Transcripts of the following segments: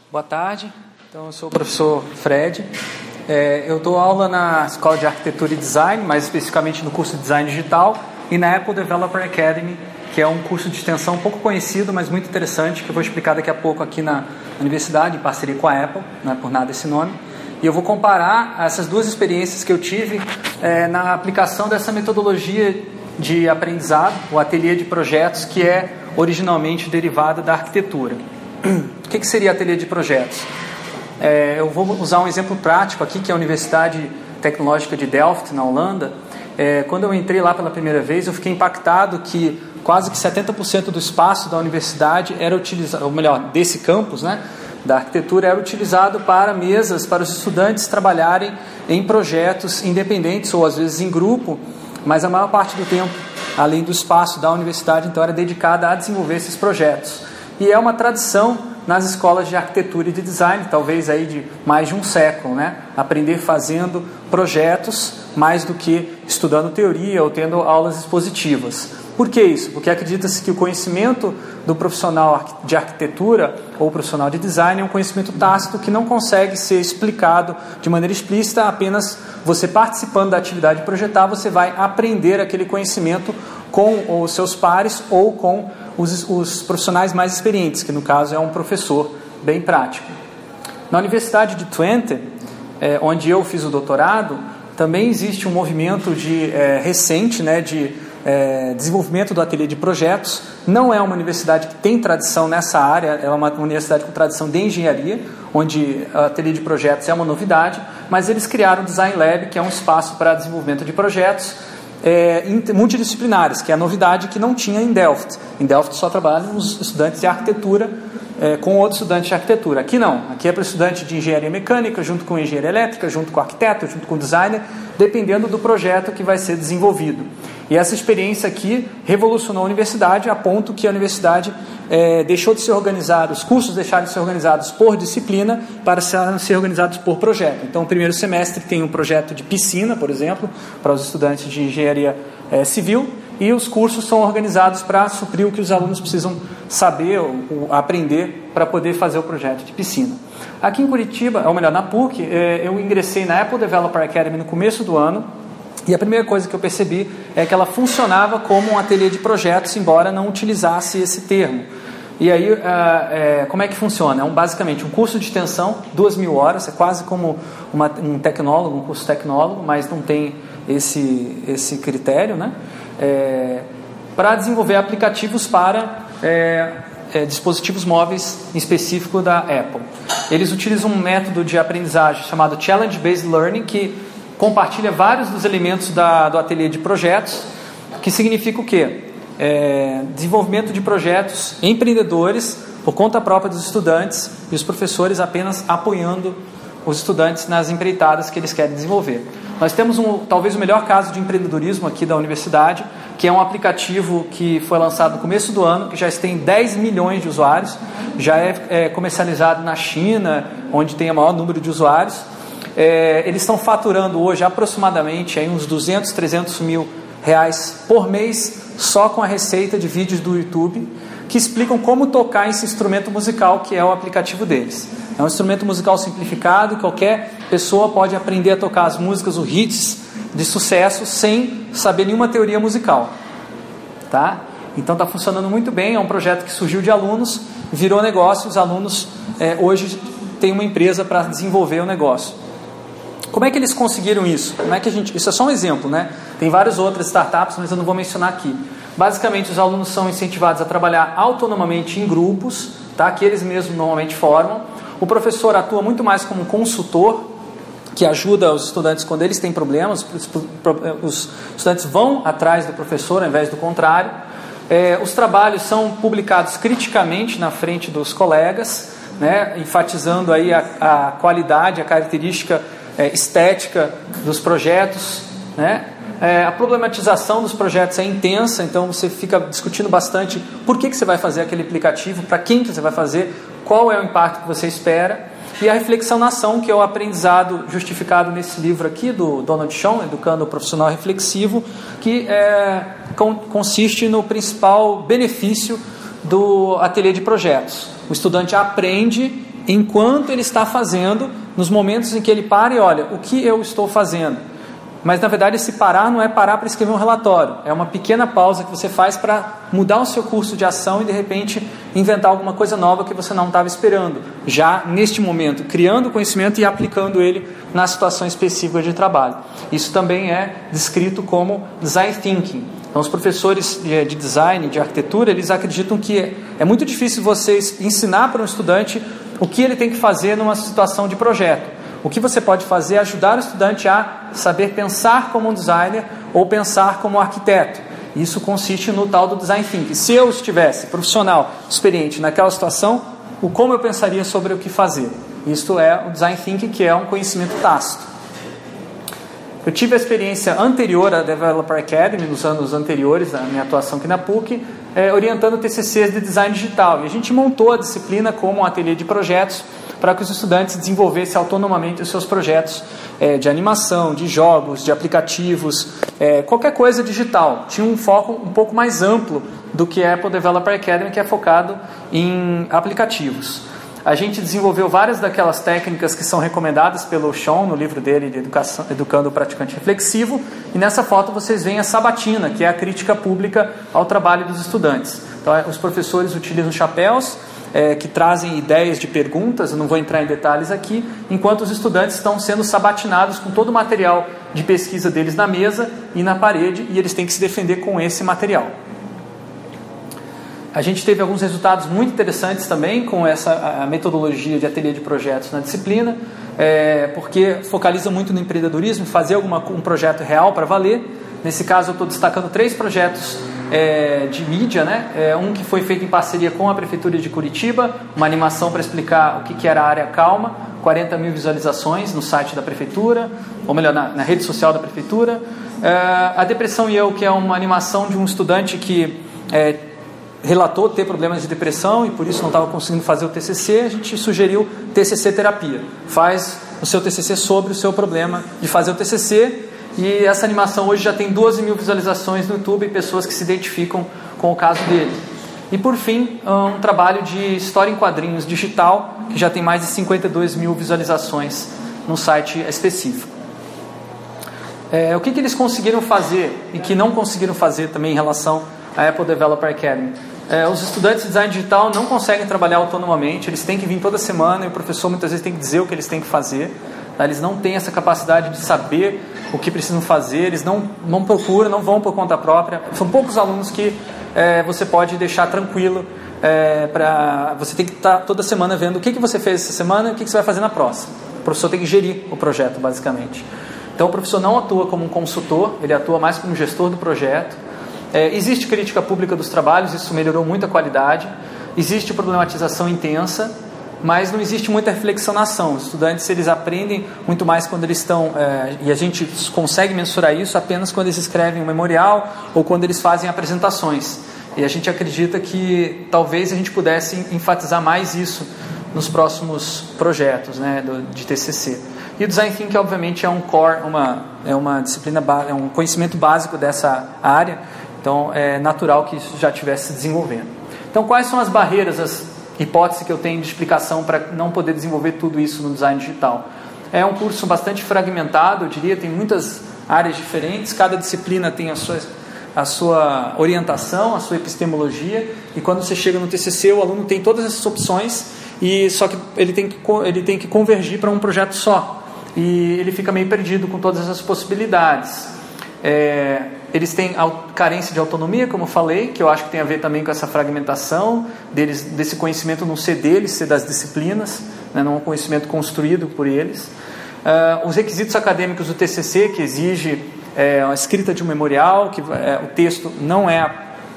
Boa tarde, então eu sou o professor Fred. Eu dou aula na Escola de Arquitetura e Design, mais especificamente no curso de Design Digital, e na Apple Developer Academy, que é um curso de extensão pouco conhecido, mas muito interessante, que eu vou explicar daqui a pouco aqui na universidade, em parceria com a Apple, não é por nada esse nome. E eu vou comparar essas duas experiências que eu tive na aplicação dessa metodologia de aprendizado, o ateliê de projetos, que é originalmente derivada da arquitetura. O que seria ateliê de projetos? Eu vou usar um exemplo prático aqui, que é a Universidade Tecnológica de Delft, na Holanda. Quando eu entrei lá pela primeira vez, eu fiquei impactado que quase que 70% do espaço da universidade era utilizado, ou melhor, desse campus, né, da arquitetura, era utilizado para mesas, para os estudantes trabalharem em projetos independentes ou às vezes em grupo, mas a maior parte do tempo, além do espaço da universidade, então era dedicada a desenvolver esses projetos. E é uma tradição nas escolas de arquitetura e de design, talvez aí de mais de um século, né? Aprender fazendo projetos mais do que estudando teoria ou tendo aulas expositivas. Por que isso? Porque acredita-se que o conhecimento do profissional de arquitetura ou profissional de design é um conhecimento tácito que não consegue ser explicado de maneira explícita. Apenas você participando da atividade de projetar, você vai aprender aquele conhecimento com os seus pares ou com os profissionais mais experientes, que no caso é um professor bem prático. Na Universidade de Twente, onde eu fiz o doutorado, também existe um movimento recente, né, de desenvolvimento do ateliê de projetos. Não é uma universidade que tem tradição nessa área, é uma universidade com tradição de engenharia, onde o ateliê de projetos é uma novidade, mas eles criaram o Design Lab, que é um espaço para desenvolvimento de projetos multidisciplinares, que é a novidade que não tinha em Delft. Em Delft só trabalham os estudantes de arquitetura com outros estudantes de arquitetura. Aqui não, aqui é para o estudante de engenharia mecânica, junto com engenharia elétrica, junto com o arquiteto, junto com o designer, dependendo do projeto que vai ser desenvolvido. E essa experiência aqui revolucionou a universidade, a ponto que a universidade deixou de ser organizada, os cursos deixaram de ser organizados por disciplina para ser organizados por projeto. Então, o primeiro semestre tem um projeto de piscina, por exemplo, para os estudantes de engenharia civil, e os cursos são organizados para suprir o que os alunos precisam saber ou aprender para poder fazer o projeto de piscina. Aqui em Curitiba, ou melhor, na PUC, eu ingressei na Apple Developer Academy no começo do ano, e a primeira coisa que eu percebi é que ela funcionava como um ateliê de projetos, embora não utilizasse esse termo. E aí, como é que funciona? É basicamente um curso de extensão, 2.000 horas, é quase como um tecnólogo, um curso tecnólogo, mas não tem esse critério, né? Para desenvolver aplicativos para dispositivos móveis em específico da Apple. Eles utilizam um método de aprendizagem chamado Challenge Based Learning, que compartilha vários dos elementos do ateliê de projetos, que significa o quê? Desenvolvimento de projetos empreendedores por conta própria dos estudantes e os professores apenas apoiando os estudantes nas empreitadas que eles querem desenvolver. Nós temos talvez o melhor caso de empreendedorismo aqui da universidade, que é um aplicativo que foi lançado no começo do ano, que já tem 10 milhões de usuários, já é comercializado na China, onde tem o maior número de usuários. Eles estão faturando hoje aproximadamente uns 200, 300 mil reais por mês só com a receita de vídeos do YouTube que explicam como tocar esse instrumento musical que é o aplicativo deles. É um instrumento musical simplificado, qualquer pessoa pode aprender a tocar as músicas, os hits de sucesso sem saber nenhuma teoria musical, tá? Então está funcionando muito bem, é um projeto que surgiu de alunos, virou negócio, os alunos hoje têm uma empresa para desenvolver o negócio. Como é que eles conseguiram isso? Isso é só um exemplo, né? Tem várias outras startups, mas eu não vou mencionar aqui. Basicamente, os alunos são incentivados a trabalhar autonomamente em grupos, tá? Que eles mesmos normalmente formam. O professor atua muito mais como consultor, que ajuda os estudantes quando eles têm problemas. Os estudantes vão atrás do professor, ao invés do contrário. Os trabalhos são publicados criticamente na frente dos colegas, né? Enfatizando aí a qualidade, a característica estética dos projetos, né? A problematização dos projetos é intensa, então você fica discutindo bastante por que você vai fazer aquele aplicativo, para quem que você vai fazer, qual é o impacto que você espera, e a reflexão na ação, que é o aprendizado justificado nesse livro aqui do Donald Schoen, Educando o Profissional Reflexivo, que consiste no principal benefício do ateliê de projetos. O estudante aprende enquanto ele está fazendo, nos momentos em que ele para e olha, o que eu estou fazendo? Mas na verdade esse parar não é parar para escrever um relatório, é uma pequena pausa que você faz para mudar o seu curso de ação e de repente inventar alguma coisa nova que você não estava esperando, já neste momento, criando conhecimento e aplicando ele na situação específica de trabalho. Isso também é descrito como design thinking. Então os professores de design, de arquitetura, eles acreditam que é muito difícil vocês ensinar para um estudante o que ele tem que fazer numa situação de projeto. O que você pode fazer é ajudar o estudante a saber pensar como um designer ou pensar como um arquiteto. Isso consiste no tal do design thinking. Se eu estivesse profissional, experiente naquela situação, como eu pensaria sobre o que fazer? Isto é o design thinking, que é um conhecimento tácito. Eu tive a experiência anterior à Developer Academy, nos anos anteriores à minha atuação aqui na PUC, orientando TCCs de design digital. E a gente montou a disciplina como um ateliê de projetos para que os estudantes desenvolvessem autonomamente os seus projetos de animação, de jogos, de aplicativos, qualquer coisa digital. Tinha um foco um pouco mais amplo do que a Apple Developer Academy, que é focado em aplicativos. A gente desenvolveu várias daquelas técnicas que são recomendadas pelo Sean no livro dele de Educando o Praticante Reflexivo, e nessa foto vocês veem a sabatina, que é a crítica pública ao trabalho dos estudantes. Então os professores utilizam chapéus que trazem ideias de perguntas, eu não vou entrar em detalhes aqui, enquanto os estudantes estão sendo sabatinados com todo o material de pesquisa deles na mesa e na parede, e eles têm que se defender com esse material. A gente teve alguns resultados muito interessantes também com essa metodologia de ateliê de projetos na disciplina, porque focaliza muito no empreendedorismo, fazer um projeto real para valer. Nesse caso eu estou destacando 3 projetos de mídia, né? Um que foi feito em parceria com a Prefeitura de Curitiba, uma animação para explicar o que era a área calma, 40 mil visualizações no site da Prefeitura, ou melhor, na rede social da Prefeitura. A Depressão e Eu, que é uma animação de um estudante que relatou ter problemas de depressão e por isso não estava conseguindo fazer o TCC, a gente sugeriu TCC terapia. Faz o seu TCC sobre o seu problema de fazer o TCC, e essa animação hoje já tem 12 mil visualizações no YouTube e pessoas que se identificam com o caso dele. E por fim, um trabalho de história em quadrinhos digital, que já tem mais de 52 mil visualizações no site específico. O que eles conseguiram fazer e que não conseguiram fazer também em relação à Apple Developer Academy? Os estudantes de design digital não conseguem trabalhar autonomamente, eles têm que vir toda semana e o professor muitas vezes tem que dizer o que eles têm que fazer. Eles não têm essa capacidade de saber o que precisam fazer, eles não procuram, não vão por conta própria. São poucos alunos que você pode deixar tranquilo, você tem que estar toda semana vendo o que você fez essa semana e o que você vai fazer na próxima. O professor tem que gerir o projeto, basicamente. Então o professor não atua como um consultor, ele atua mais como gestor do projeto. Existe crítica pública dos trabalhos, isso melhorou muito a qualidade. Existe problematização intensa, mas não existe muita reflexão na ação. Os estudantes, eles aprendem muito mais quando eles estão, e a gente consegue mensurar isso apenas quando eles escrevem um memorial ou quando eles fazem apresentações. E a gente acredita que talvez a gente pudesse enfatizar mais isso nos próximos projetos, né, de TCC. E o Design Thinking, obviamente, é um core, é uma disciplina, é um conhecimento básico dessa área, então é natural que isso já estivesse se desenvolvendo. Então, quais são as barreiras, as hipóteses que eu tenho de explicação para não poder desenvolver tudo isso no design digital? É um curso bastante fragmentado, eu diria, tem muitas áreas diferentes, cada disciplina tem a sua orientação, a sua epistemologia, e quando você chega no TCC, o aluno tem todas essas opções, e só que ele tem que convergir para um projeto só, e ele fica meio perdido com todas essas possibilidades. Eles têm carência de autonomia, como eu falei, que eu acho que tem a ver também com essa fragmentação desse conhecimento não ser deles, ser das disciplinas, né, não é um conhecimento construído por eles. Os requisitos acadêmicos do TCC, que exige a escrita de um memorial, que o texto não é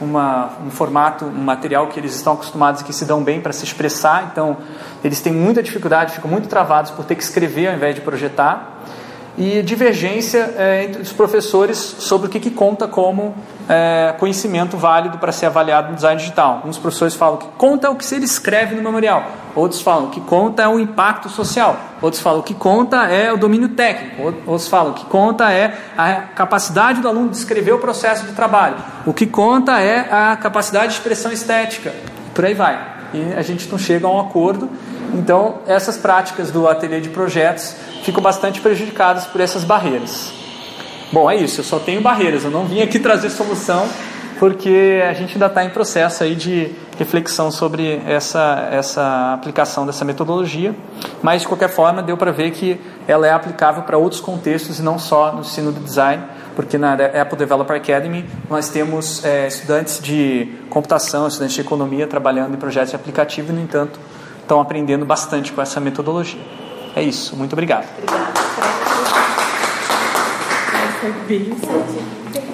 um formato, um material que eles estão acostumados e que se dão bem para se expressar, então eles têm muita dificuldade, ficam muito travados por ter que escrever ao invés de projetar. E divergência entre os professores sobre o que conta como conhecimento válido para ser avaliado no design digital. Alguns professores falam que conta é o que ele escreve no memorial, outros falam que conta é o impacto social, outros falam que conta é o domínio técnico, outros falam que conta é a capacidade do aluno de descrever o processo de trabalho, o que conta é a capacidade de expressão estética, por aí vai. E a gente não chega a um acordo, Então, essas práticas do ateliê de projetos ficam bastante prejudicadas por essas barreiras. Bom, é isso, eu só tenho barreiras, eu não vim aqui trazer solução, porque a gente ainda está em processo aí de reflexão sobre essa aplicação dessa metodologia, mas de qualquer forma deu para ver que ela é aplicável para outros contextos e não só no ensino do design, porque na Apple Developer Academy nós temos estudantes de computação, estudantes de economia trabalhando em projetos de aplicativo e, no entanto, estão aprendendo bastante com essa metodologia. É isso, muito obrigado. Obrigada. Foi bem certinho.